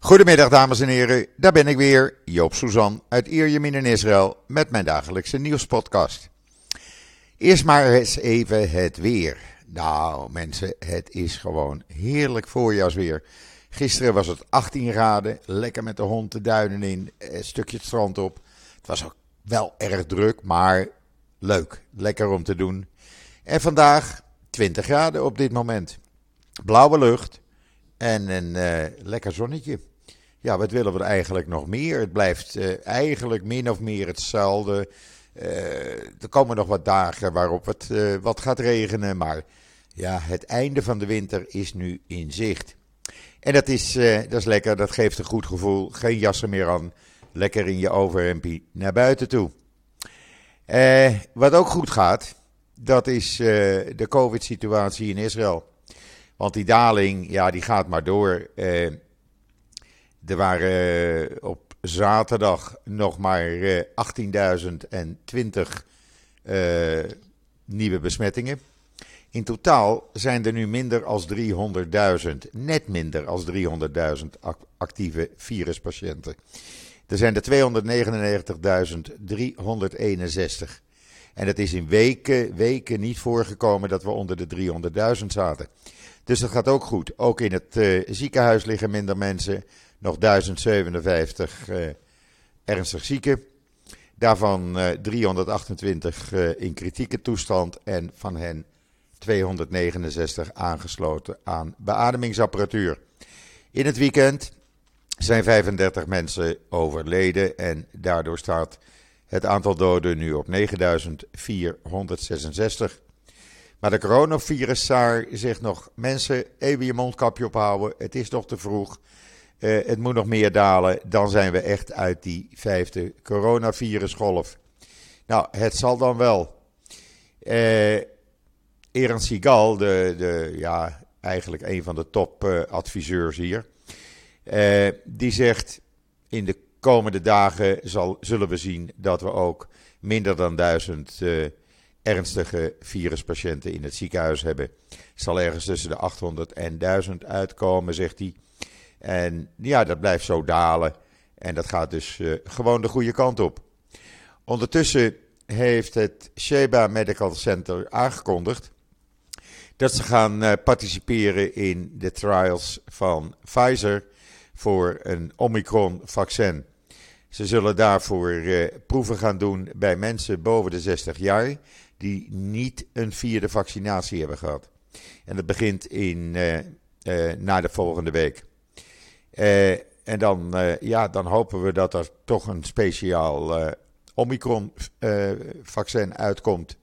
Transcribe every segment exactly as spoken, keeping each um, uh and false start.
Goedemiddag dames en heren, daar ben ik weer, Joop Suzan uit Ierjemien in Israël met mijn dagelijkse nieuwspodcast. Eerst maar eens even het weer. Nou mensen, het is gewoon heerlijk voorjaarsweer. Gisteren was het achttien graden, lekker met de hond de duinen in, een stukje het strand op. Het was ook wel erg druk, maar leuk, lekker om te doen. En vandaag twintig graden op dit moment. Blauwe lucht en een uh, lekker zonnetje. Ja, wat willen we er eigenlijk nog meer? Het blijft uh, eigenlijk min of meer hetzelfde. Uh, er komen nog wat dagen waarop het uh, wat gaat regenen. Maar ja, het einde van de winter is nu in zicht. En dat is, uh, dat is lekker, dat geeft een goed gevoel. Geen jassen meer aan. Lekker in je overhempie naar buiten toe. Uh, wat ook goed gaat, dat is uh, de COVID-situatie in Israël. Want die daling, ja, die gaat maar door. Uh, Er waren uh, op zaterdag nog maar uh, achttienduizend twintig uh, nieuwe besmettingen. In totaal zijn er nu minder dan driehonderdduizend, net minder dan driehonderdduizend actieve viruspatiënten. Er zijn er tweehonderdnegenennegentigduizend driehonderdeenenzestig. En het is in weken, weken niet voorgekomen dat we onder de driehonderdduizend zaten. Dus dat gaat ook goed. Ook in het uh, ziekenhuis liggen minder mensen. Nog duizend zevenenvijftig uh, ernstig zieken. Daarvan uh, driehonderdachtentwintig uh, in kritieke toestand. En van hen tweehonderdnegenenzestig aangesloten aan beademingsapparatuur. In het weekend zijn vijfendertig mensen overleden. En daardoor staat het aantal doden nu op negenduizend vierhonderdzesenzestig. Maar de coronavirus-tsaar zegt nog: mensen, even je mondkapje ophouden. Het is nog te vroeg. Uh, het moet nog meer dalen, dan zijn we echt uit die vijfde coronavirusgolf. Nou, het zal dan wel. Uh, Eran Segal, de, de, ja, eigenlijk een van de topadviseurs uh, hier, uh, die zegt: in de komende dagen zal, zullen we zien dat we ook minder dan duizend uh, ernstige viruspatiënten in het ziekenhuis hebben. Het zal ergens tussen de achthonderd en duizend uitkomen, zegt hij. En ja, dat blijft zo dalen. En dat gaat dus uh, gewoon de goede kant op. Ondertussen heeft het Sheba Medical Center aangekondigd dat ze gaan uh, participeren in de trials van Pfizer voor een Omicron-vaccin. Ze zullen daarvoor uh, proeven gaan doen bij mensen boven de zestig jaar die niet een vierde vaccinatie hebben gehad. En dat begint in, uh, uh, na de volgende week. Uh, en dan, uh, ja, dan hopen we dat er toch een speciaal uh, Omicron-vaccin uh, uitkomt.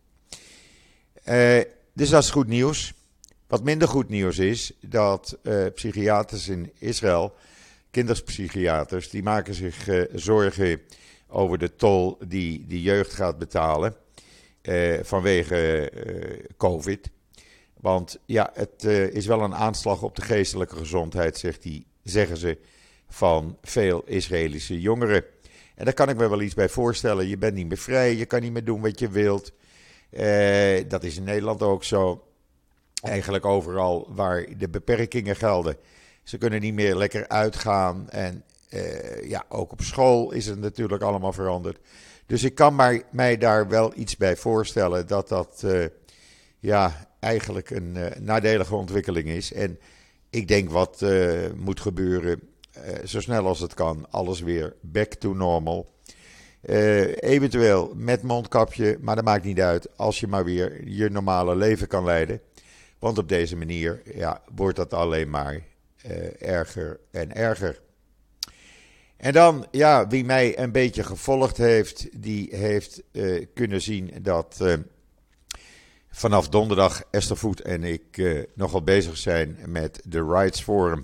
Uh, dus dat is goed nieuws. Wat minder goed nieuws is dat uh, psychiaters in Israël, kinderpsychiaters, die maken zich uh, zorgen over de tol die de jeugd gaat betalen uh, vanwege uh, COVID. Want ja, het uh, is wel een aanslag op de geestelijke gezondheid, zegt hij. Zeggen ze, van veel Israëlische jongeren. En daar kan ik me wel iets bij voorstellen. Je bent niet meer vrij, je kan niet meer doen wat je wilt. Uh, dat is in Nederland ook zo. Eigenlijk overal waar de beperkingen gelden. Ze kunnen niet meer lekker uitgaan. En uh, ja, ook op school is het natuurlijk allemaal veranderd. Dus ik kan maar, mij daar wel iets bij voorstellen dat dat uh, ja, eigenlijk een uh, nadelige ontwikkeling is. En ik denk wat uh, moet gebeuren, uh, zo snel als het kan, alles weer back to normal. Uh, eventueel met mondkapje, maar dat maakt niet uit als je maar weer je normale leven kan leiden. Want op deze manier ja, wordt dat alleen maar uh, erger en erger. En dan, ja, wie mij een beetje gevolgd heeft, die heeft uh, kunnen zien dat uh, vanaf donderdag Esther Voet en ik uh, nogal bezig zijn met de Rights Forum.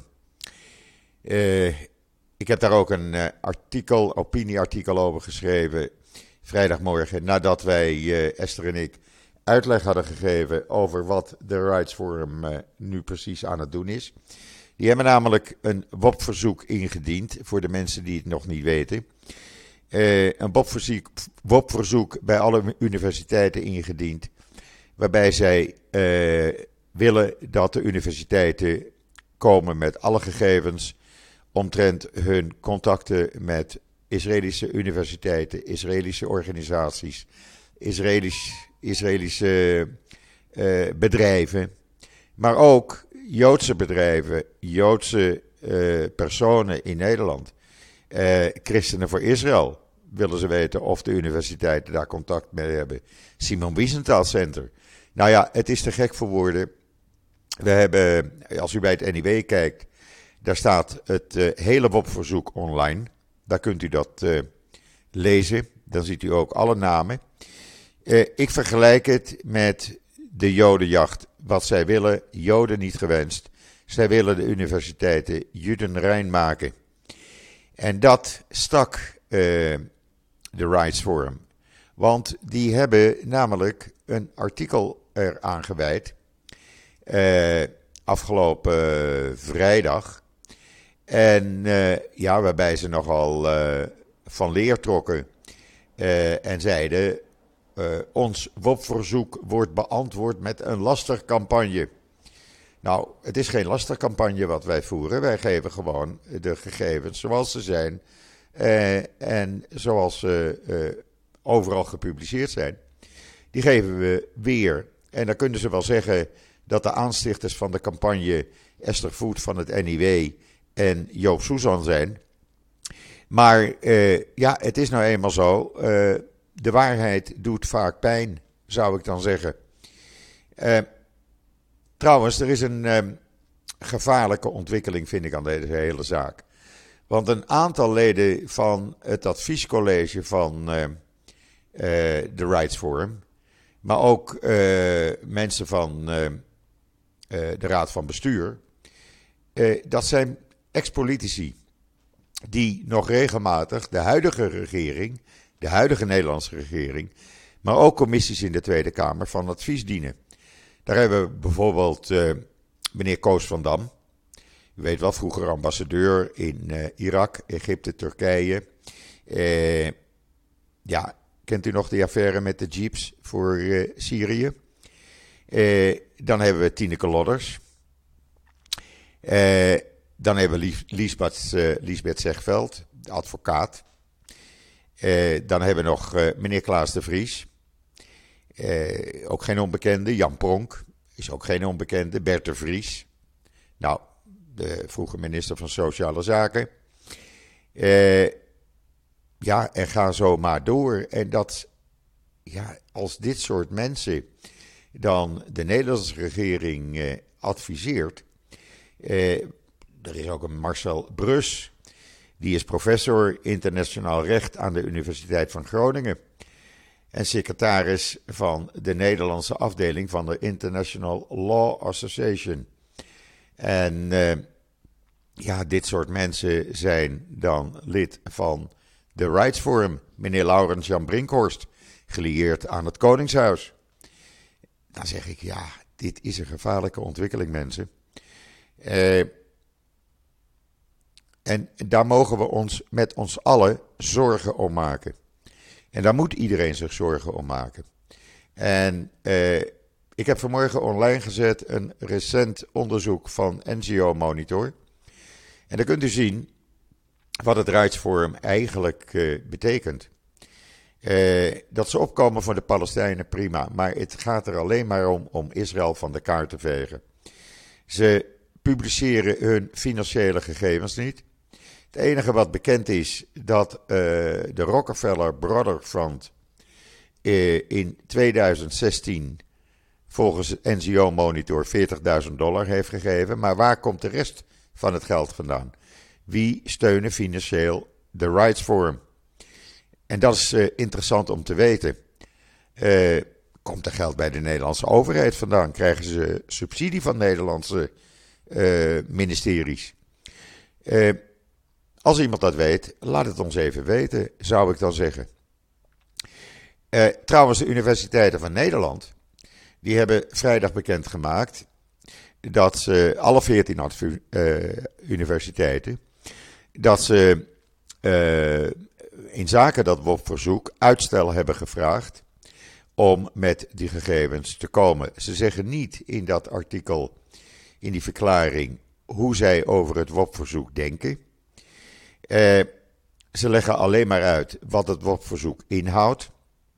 Uh, ik heb daar ook een uh, artikel, opinieartikel over geschreven, vrijdagmorgen, nadat wij, uh, Esther en ik, uitleg hadden gegeven over wat de Rights Forum uh, nu precies aan het doen is. Die hebben namelijk een W O P-verzoek ingediend, voor de mensen die het nog niet weten. Uh, een W O P-verzoek bij alle universiteiten ingediend, waarbij zij uh, willen dat de universiteiten komen met alle gegevens omtrent hun contacten met Israëlische universiteiten, Israëlische organisaties, Israëlisch, Israëlische uh, bedrijven, maar ook Joodse bedrijven, Joodse uh, personen in Nederland, uh, Christenen voor Israël. Willen ze weten of de universiteiten daar contact mee hebben. Simon Wiesenthal Center. Nou ja, het is te gek voor woorden. We hebben, als u bij het N I W kijkt, daar staat het uh, hele W O P-verzoek online. Daar kunt u dat uh, lezen. Dan ziet u ook alle namen. Uh, ik vergelijk het met de Jodenjacht. Wat zij willen, Joden niet gewenst. Zij willen de universiteiten Judenrein maken. En dat stak uh, de Rights Forum. Want die hebben namelijk een artikel eraan gewijd. Uh, afgelopen uh, vrijdag. En uh, ja, waarbij ze nogal uh, van leer trokken. Uh, en zeiden, uh, ons W O P-verzoek wordt beantwoord met een lastercampagne. Nou, het is geen lastercampagne wat wij voeren. Wij geven gewoon de gegevens zoals ze zijn. Uh, en zoals ze uh, overal gepubliceerd zijn. Die geven we weer. En dan kunnen ze wel zeggen dat de aanstichters van de campagne Esther Voet van het N I W en Joop Suzan zijn. Maar uh, ja, het is nou eenmaal zo. Uh, de waarheid doet vaak pijn, zou ik dan zeggen. Uh, trouwens, er is een uh, gevaarlijke ontwikkeling, vind ik, aan deze hele zaak. Want een aantal leden van het adviescollege van uh, uh, de Rights Forum, maar ook uh, mensen van uh, uh, de Raad van Bestuur, uh, dat zijn ex-politici die nog regelmatig de huidige regering, de huidige Nederlandse regering, maar ook commissies in de Tweede Kamer van advies dienen. Daar hebben we bijvoorbeeld uh, meneer Koos van Dam. U weet wel, vroeger ambassadeur in uh, Irak, Egypte, Turkije. Uh, ja, kent u nog die affaire met de jeeps voor uh, Syrië? Uh, dan hebben we Tineke Lodders. Uh, dan hebben we Lies, Liesbeth, uh, Liesbeth Zegveld, de advocaat. Uh, dan hebben we nog uh, meneer Klaas de Vries. Uh, ook geen onbekende. Jan Pronk is ook geen onbekende. Bert de Vries. Nou, de vroege minister van Sociale Zaken. Uh, ja, en ga zo maar door. En dat, ja, als dit soort mensen dan de Nederlandse regering uh, adviseert. Uh, er is ook een Marcel Brus. Die is professor internationaal recht aan de Universiteit van Groningen. En secretaris van de Nederlandse afdeling van de International Law Association. En uh, ja, dit soort mensen zijn dan lid van de Rights Forum. Meneer Laurens Jan Brinkhorst, gelieerd aan het Koningshuis. Dan zeg ik, ja, dit is een gevaarlijke ontwikkeling, mensen. Uh, en daar mogen we ons met ons allen zorgen om maken. En daar moet iedereen zich zorgen om maken. En uh, ik heb vanmorgen online gezet een recent onderzoek van N G O Monitor. En dan kunt u zien wat het Rights Forum eigenlijk uh, betekent. Uh, dat ze opkomen voor de Palestijnen, prima. Maar het gaat er alleen maar om om Israël van de kaart te vegen. Ze publiceren hun financiële gegevens niet. Het enige wat bekend is, dat uh, de Rockefeller Brother Fund uh, in tweeduizend zestien volgens het N G O Monitor veertigduizend dollar heeft gegeven. Maar waar komt de rest van het geld vandaan? Wie steunen financieel de Rights Forum? En dat is uh, interessant om te weten. Uh, komt er geld bij de Nederlandse overheid vandaan? Krijgen ze subsidie van Nederlandse uh, ministeries? Uh, Als iemand dat weet, laat het ons even weten, zou ik dan zeggen. Uh, trouwens, de universiteiten van Nederland, die hebben vrijdag bekendgemaakt dat ze, alle veertien advu- uh, universiteiten, dat ze uh, in zaken dat W O P-verzoek uitstel hebben gevraagd om met die gegevens te komen. Ze zeggen niet in dat artikel, in die verklaring, hoe zij over het W O P-verzoek denken. Uh, ze leggen alleen maar uit wat het W O P-verzoek inhoudt.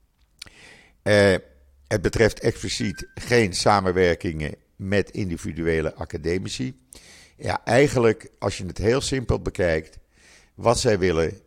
Uh, het betreft expliciet geen samenwerkingen met individuele academici. Ja, eigenlijk, als je het heel simpel bekijkt, wat zij willen,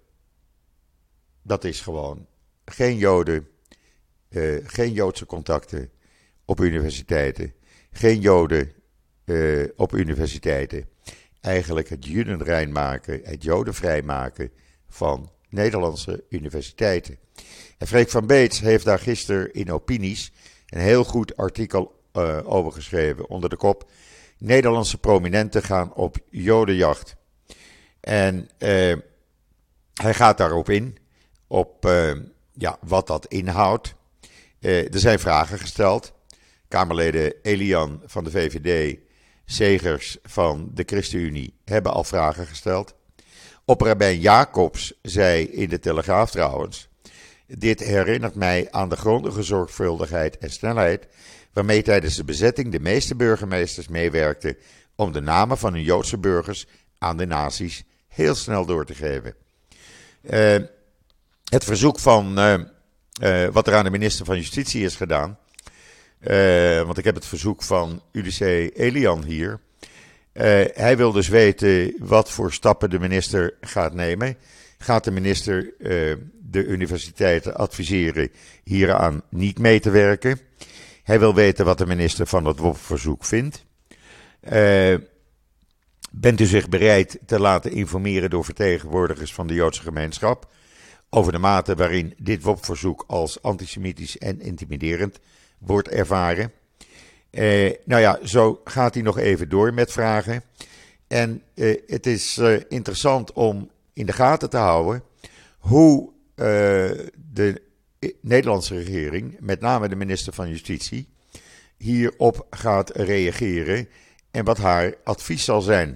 dat is gewoon geen Joden, uh, geen Joodse contacten op universiteiten, geen Joden uh, op universiteiten. Eigenlijk het Judenrein maken, het Jodenvrij maken van Nederlandse universiteiten. En Freek van Beets heeft daar gisteren in Opinies een heel goed artikel uh, over geschreven onder de kop: Nederlandse prominenten gaan op Jodenjacht. En uh, hij gaat daarop in, op uh, ja, wat dat inhoudt. Uh, er zijn vragen gesteld. Kamerleden Elian van de V V D, Segers van de ChristenUnie hebben al vragen gesteld. Opperbijn Jacobs zei in de Telegraaf trouwens: dit herinnert mij aan de grondige zorgvuldigheid en snelheid waarmee tijdens de bezetting de meeste burgemeesters meewerkten om de namen van hun Joodse burgers aan de nazi's heel snel door te geven. Uh, het verzoek van uh, uh, wat er aan de minister van Justitie is gedaan, uh, want ik heb het verzoek van U D C Elian hier. Uh, hij wil dus weten wat voor stappen de minister gaat nemen. Gaat de minister uh, de universiteiten adviseren hieraan niet mee te werken? Hij wil weten wat de minister van het W O P-verzoek vindt. Uh, bent u zich bereid te laten informeren door vertegenwoordigers van de Joodse gemeenschap over de mate waarin dit W O P-verzoek als antisemitisch en intimiderend wordt ervaren? Uh, nou ja, zo gaat hij nog even door met vragen. En uh, het is uh, interessant om in de gaten te houden hoe uh, de Nederlandse regering, met name de minister van Justitie, hierop gaat reageren en wat haar advies zal zijn.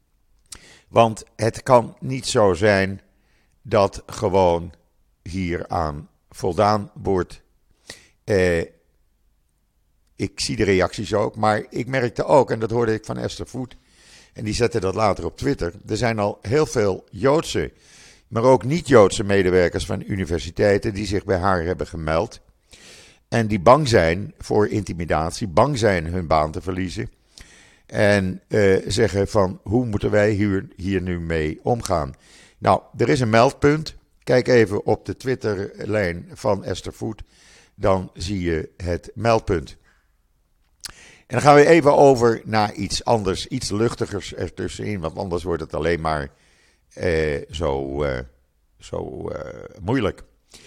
Want het kan niet zo zijn dat gewoon hieraan voldaan wordt. Uh, ik zie de reacties ook, maar ik merkte ook, en dat hoorde ik van Esther Voet, en die zette dat later op Twitter, er zijn al heel veel Joodse, maar ook niet-Joodse medewerkers van universiteiten die zich bij haar hebben gemeld. En die bang zijn voor intimidatie, bang zijn hun baan te verliezen. En uh, zeggen van, hoe moeten wij hier, hier nu mee omgaan? Nou, er is een meldpunt. Kijk even op de Twitterlijn van Esther Voet. Dan zie je het meldpunt. En dan gaan we even over naar iets anders, iets luchtigers ertussenin. Want anders wordt het alleen maar uh, zo, uh, zo uh, moeilijk.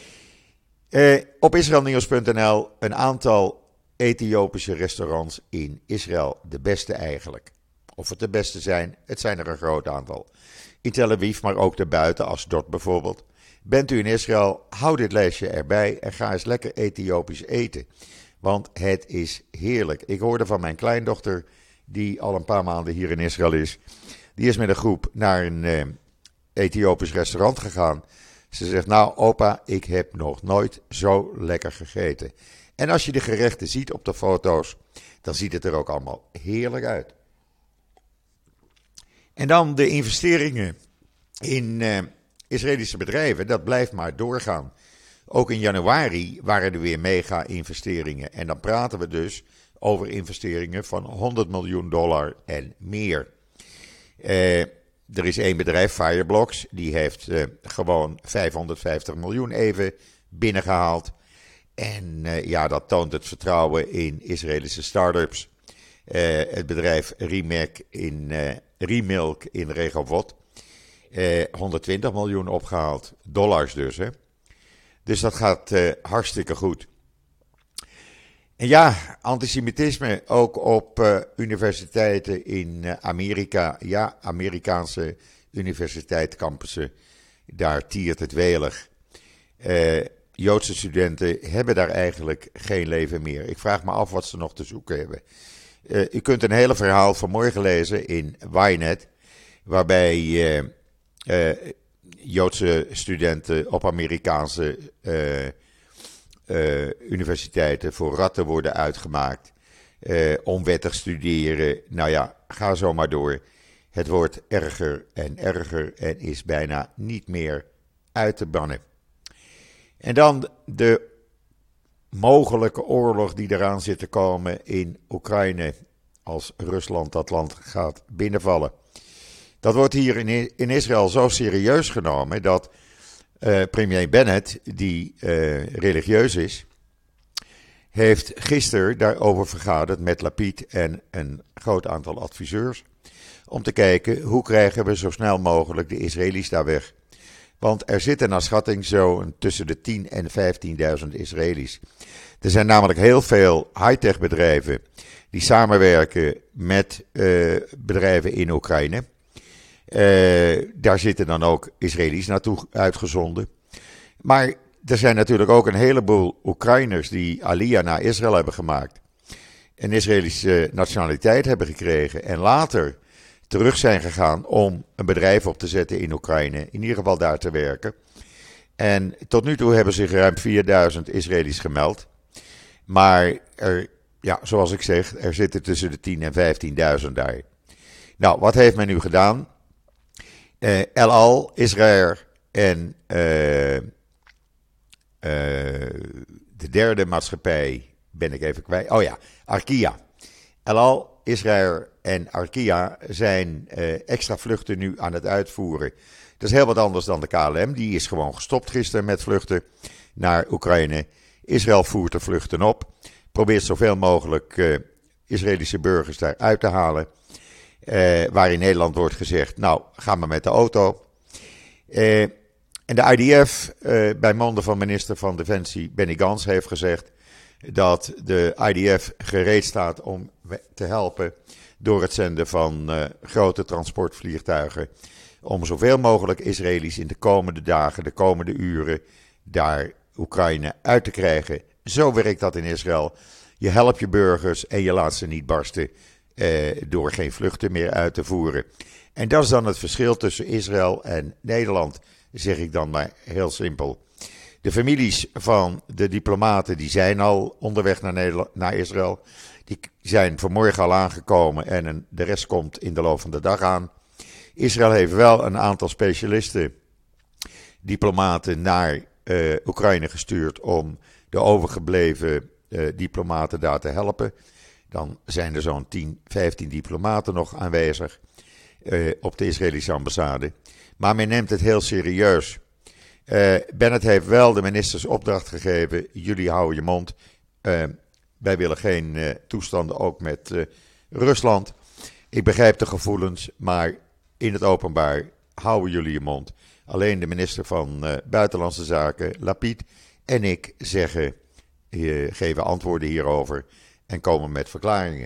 Uh, op israelnieuws punt n l een aantal Ethiopische restaurants in Israël. De beste eigenlijk. Of het de beste zijn, het zijn er een groot aantal. In Tel Aviv, maar ook daarbuiten, Ashdod bijvoorbeeld. Bent u in Israël, hou dit lijstje erbij en ga eens lekker Ethiopisch eten. Want het is heerlijk. Ik hoorde van mijn kleindochter, die al een paar maanden hier in Israël is. Die is met een groep naar een uh, Ethiopisch restaurant gegaan. Ze zegt, nou opa, ik heb nog nooit zo lekker gegeten. En als je de gerechten ziet op de foto's, dan ziet het er ook allemaal heerlijk uit. En dan de investeringen in uh, Israëlische bedrijven, dat blijft maar doorgaan. Ook in januari waren er weer mega-investeringen. En dan praten we dus over investeringen van honderd miljoen dollar en meer. Uh, er is één bedrijf, Fireblocks, die heeft uh, gewoon vijfhonderdvijftig miljoen even binnengehaald. En uh, ja, dat toont het vertrouwen in Israëlische start-ups. Uh, het bedrijf Remek in, uh, Remilk in Rehovot, uh, honderdtwintig miljoen opgehaald, dollars dus, hè. Dus dat gaat uh, hartstikke goed. En ja, antisemitisme ook op uh, universiteiten in uh, Amerika. Ja, Amerikaanse universiteitscampussen, daar tiert het welig. Uh, Joodse studenten hebben daar eigenlijk geen leven meer. Ik vraag me af wat ze nog te zoeken hebben. Uh, u kunt een hele verhaal vanmorgen lezen in Ynet, waarbij uh, uh, Joodse studenten op Amerikaanse uh, uh, universiteiten voor ratten worden uitgemaakt. Uh, onwettig studeren. Nou ja, ga zo maar door. Het wordt erger en erger en is bijna niet meer uit te bannen. En dan de mogelijke oorlog die eraan zit te komen in Oekraïne als Rusland dat land gaat binnenvallen. Dat wordt hier in, in Israël zo serieus genomen dat uh, premier Bennett, die uh, religieus is, heeft gisteren daarover vergaderd met Lapid en een groot aantal adviseurs om te kijken hoe krijgen we zo snel mogelijk de Israëli's daar weg. Want er zitten naar schatting zo tussen de tien en vijftienduizend Israëli's. Er zijn namelijk heel veel high-tech bedrijven die samenwerken met uh, bedrijven in Oekraïne. Uh, daar zitten dan ook Israëli's naartoe uitgezonden. Maar er zijn natuurlijk ook een heleboel Oekraïners die Aliyah naar Israël hebben gemaakt. Een Israëlische nationaliteit hebben gekregen en later terug zijn gegaan om een bedrijf op te zetten in Oekraïne. In ieder geval daar te werken. En tot nu toe hebben zich ruim vierduizend Israëli's gemeld. Maar er, ja, zoals ik zeg, er zitten tussen de tien en vijftienduizend daar. Nou, wat heeft men nu gedaan? Uh, El Al, Israël en uh, uh, de derde maatschappij ben ik even kwijt. Oh ja, Arkia. El Al, Israël en Arkia zijn uh, extra vluchten nu aan het uitvoeren. Dat is heel wat anders dan de K L M. Die is gewoon gestopt gisteren met vluchten naar Oekraïne. Israël voert de vluchten op. Probeert zoveel mogelijk uh, Israëlische burgers daar uit te halen. Uh, waar in Nederland wordt gezegd, nou, ga maar met de auto. Uh, en de I D F, uh, bij monden van minister van Defensie Benny Gantz, heeft gezegd dat de I D F gereed staat om te helpen door het zenden van uh, grote transportvliegtuigen. Om zoveel mogelijk Israëli's in de komende dagen, de komende uren, daar Oekraïne uit te krijgen. Zo werkt dat in Israël. Je helpt je burgers en je laat ze niet barsten eh, door geen vluchten meer uit te voeren. En dat is dan het verschil tussen Israël en Nederland, zeg ik dan maar heel simpel. De families van de diplomaten die zijn al onderweg naar, Nederland, naar Israël. Die zijn vanmorgen al aangekomen en een, de rest komt in de loop van de dag aan. Israël heeft wel een aantal specialisten, diplomaten, naar uh, Oekraïne gestuurd om de overgebleven uh, diplomaten daar te helpen. Dan zijn er zo'n tien, vijftien diplomaten nog aanwezig uh, op de Israëlische ambassade. Maar men neemt het heel serieus. Uh, Bennett heeft wel de ministers opdracht gegeven, jullie houden je mond. Uh, wij willen geen uh, toestanden ook met uh, Rusland. Ik begrijp de gevoelens, maar in het openbaar houden jullie je mond. Alleen de minister van uh, Buitenlandse Zaken, Lapid, en ik zeggen, uh, geven antwoorden hierover en komen met verklaringen.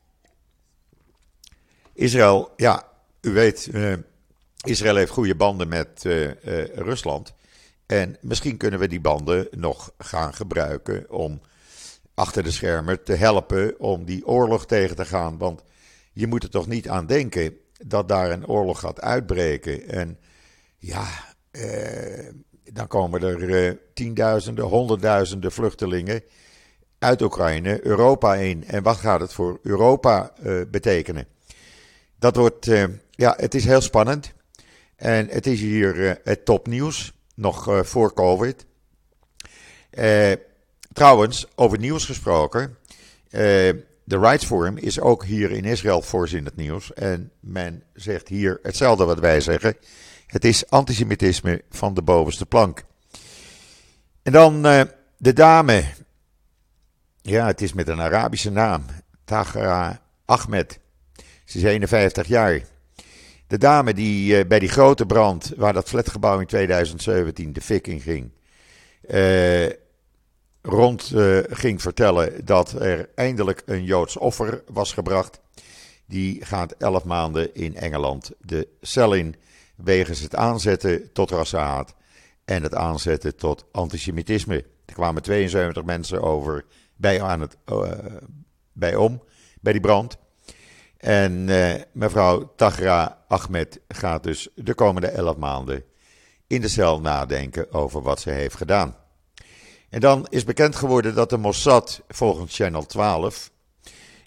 Israël, ja, u weet, uh, Israël heeft goede banden met uh, uh, Rusland. En misschien kunnen we die banden nog gaan gebruiken om achter de schermen te helpen om die oorlog tegen te gaan. Want je moet er toch niet aan denken dat daar een oorlog gaat uitbreken. En ja, eh, dan komen er eh, tienduizenden, honderdduizenden vluchtelingen uit Oekraïne Europa in. En wat gaat het voor Europa eh, betekenen? Dat wordt, eh, ja, het is heel spannend. En het is hier uh, het topnieuws, nog uh, voor COVID. Uh, trouwens, over nieuws gesproken. Uh, de Rights Forum is ook hier in Israël voorzien in het nieuws. En men zegt hier hetzelfde wat wij zeggen. Het is antisemitisme van de bovenste plank. En dan uh, de dame. Ja, het is met een Arabische naam. Tahra Ahmed. Ze is eenenvijftig jaar. De dame die uh, bij die grote brand, waar dat flatgebouw in tweeduizend zeventien de fik in ging, uh, rond uh, ging vertellen dat er eindelijk een Joods offer was gebracht. Die gaat elf maanden in Engeland de cel in, wegens het aanzetten tot rassenhaat en het aanzetten tot antisemitisme. Er kwamen tweeënzeventig mensen over bij, aan het, uh, bij om, bij die brand. En uh, mevrouw Tahra Ahmed gaat dus de komende elf maanden in de cel nadenken over wat ze heeft gedaan. En dan is bekend geworden dat de Mossad volgens Channel twaalf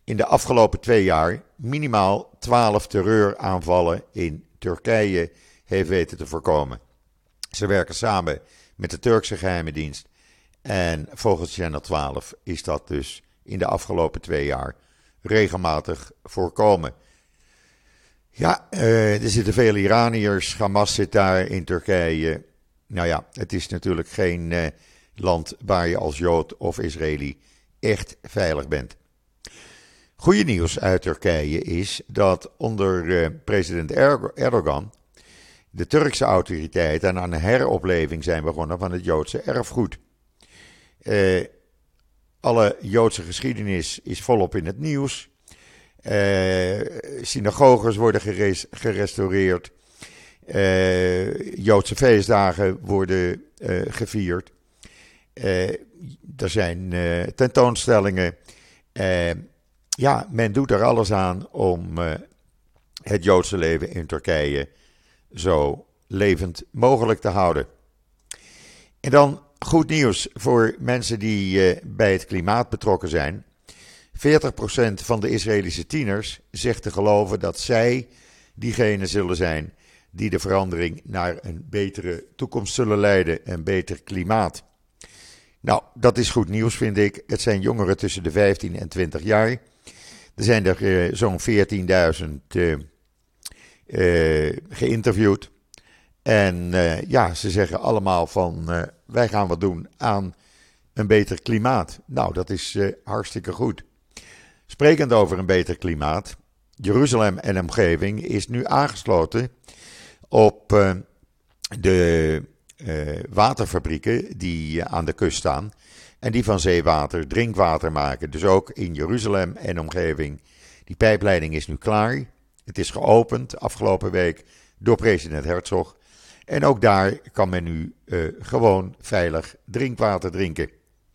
in de afgelopen twee jaar minimaal twaalf terreuraanvallen in Turkije heeft weten te voorkomen. Ze werken samen met de Turkse geheime dienst. En volgens Channel twaalf is dat dus in de afgelopen twee jaar regelmatig voorkomen. Ja, uh, er zitten veel Iraniërs, Hamas zit daar in Turkije. Nou ja, het is natuurlijk geen uh, land waar je als Jood of Israëli echt veilig bent. Goede nieuws uit Turkije is dat onder uh, president Erdogan de Turkse autoriteiten aan een heropleving zijn begonnen van het Joodse erfgoed. Uh, alle Joodse geschiedenis is volop in het nieuws. Uh, synagoges worden geres- gerestaureerd. Uh, Joodse feestdagen worden uh, gevierd. Uh, er zijn uh, tentoonstellingen. Uh, ja, men doet er alles aan om uh, het Joodse leven in Turkije zo levend mogelijk te houden. En dan goed nieuws voor mensen die uh, bij het klimaat betrokken zijn. veertig procent van de Israëlische tieners zegt te geloven dat zij diegenen zullen zijn die de verandering naar een betere toekomst zullen leiden, een beter klimaat. Nou, dat is goed nieuws, vind ik. Het zijn jongeren tussen de vijftien en twintig jaar. Er zijn er uh, zo'n veertienduizend uh, uh, geïnterviewd. En uh, ja, ze zeggen allemaal van uh, wij gaan wat doen aan een beter klimaat. Nou, dat is uh, hartstikke goed. Sprekend over een beter klimaat. Jeruzalem en omgeving is nu aangesloten op uh, de uh, waterfabrieken die uh, aan de kust staan. En die van zeewater drinkwater maken. Dus ook in Jeruzalem en omgeving. Die pijpleiding is nu klaar. Het is geopend afgelopen week door president Herzog. En ook daar kan men nu uh, gewoon veilig drinkwater drinken.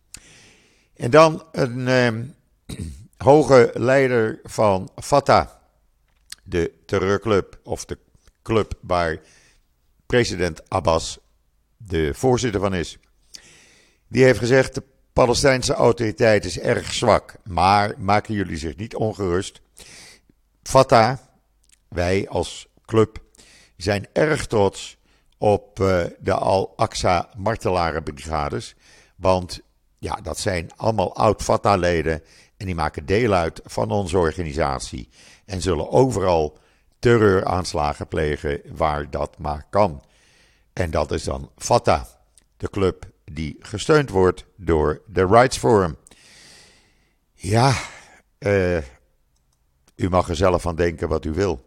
En dan een uh, hoge leider van Fatah. De terreurclub of de club waar president Abbas de voorzitter van is. Die heeft gezegd, de Palestijnse autoriteit is erg zwak, maar maken jullie zich niet ongerust. Fatah, wij als club, zijn erg trots op uh, de Al-Aqsa martelarenbrigades, want ja, dat zijn allemaal oud-Fatah-leden en die maken deel uit van onze organisatie en zullen overal terreuraanslagen plegen waar dat maar kan. En dat is dan Fatah, de club die gesteund wordt door de Rights Forum. Ja, uh, u mag er zelf van denken wat u wil.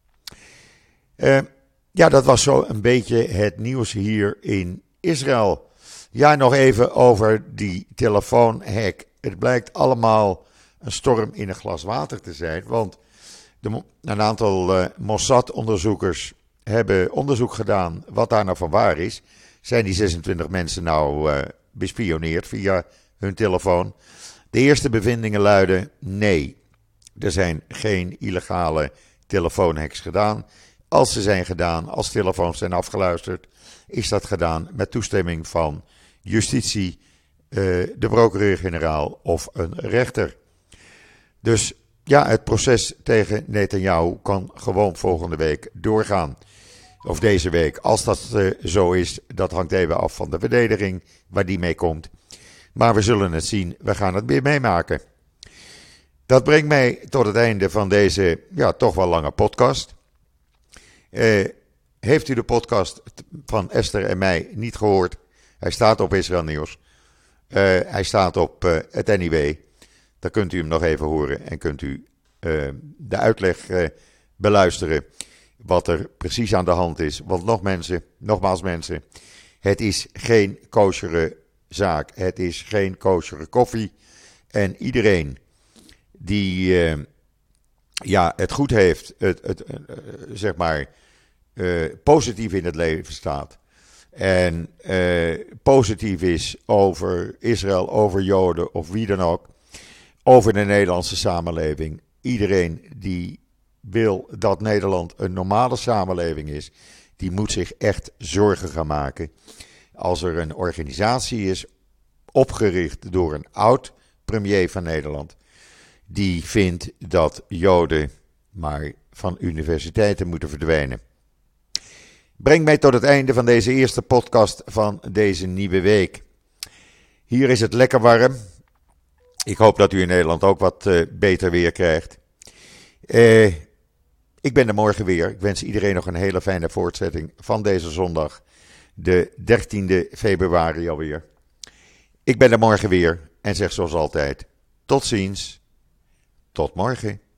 Uh, ja, dat was zo een beetje het nieuws hier in Israël. Ja, nog even over die telefoonhack. Het blijkt allemaal een storm in een glas water te zijn, want de, een aantal uh, Mossad-onderzoekers hebben onderzoek gedaan wat daar nou van waar is. Zijn die zesentwintig mensen nou uh, bespioneerd via hun telefoon? De eerste bevindingen luiden nee. Er zijn geen illegale telefoonhacks gedaan. Als ze zijn gedaan, als telefoons zijn afgeluisterd, is dat gedaan met toestemming van justitie, uh, de procureur-generaal of een rechter. Dus ja, het proces tegen Netanyahu kan gewoon volgende week doorgaan. Of deze week. Als dat uh, zo is, dat hangt even af van de verdediging, waar die mee komt. Maar we zullen het zien, we gaan het weer meemaken. Dat brengt mij tot het einde van deze, ja, toch wel lange podcast. Uh, heeft u de podcast van Esther en mij niet gehoord? Hij staat op Israël Nieuws. Uh, hij staat op uh, het N I W. Dan kunt u hem nog even horen en kunt u uh, de uitleg uh, beluisteren. Wat er precies aan de hand is. Want nog mensen, nogmaals mensen, het is geen koshere zaak. Het is geen koshere koffie. En iedereen die uh, ja, het goed heeft, het, het, uh, zeg maar, uh, positief in het leven staat. En uh, positief is over Israël, over Joden of wie dan ook. Over de Nederlandse samenleving. Iedereen die wil dat Nederland een normale samenleving is, die moet zich echt zorgen gaan maken. Als er een organisatie is opgericht door een oud premier van Nederland, die vindt dat Joden maar van universiteiten moeten verdwijnen. Brengt mij tot het einde van deze eerste podcast van deze nieuwe week. Hier is het lekker warm. Ik hoop dat u in Nederland ook wat uh, beter weer krijgt. Uh, ik ben er morgen weer. Ik wens iedereen nog een hele fijne voortzetting van deze zondag, de dertiende februari alweer. Ik ben er morgen weer en zeg zoals altijd, tot ziens, tot morgen.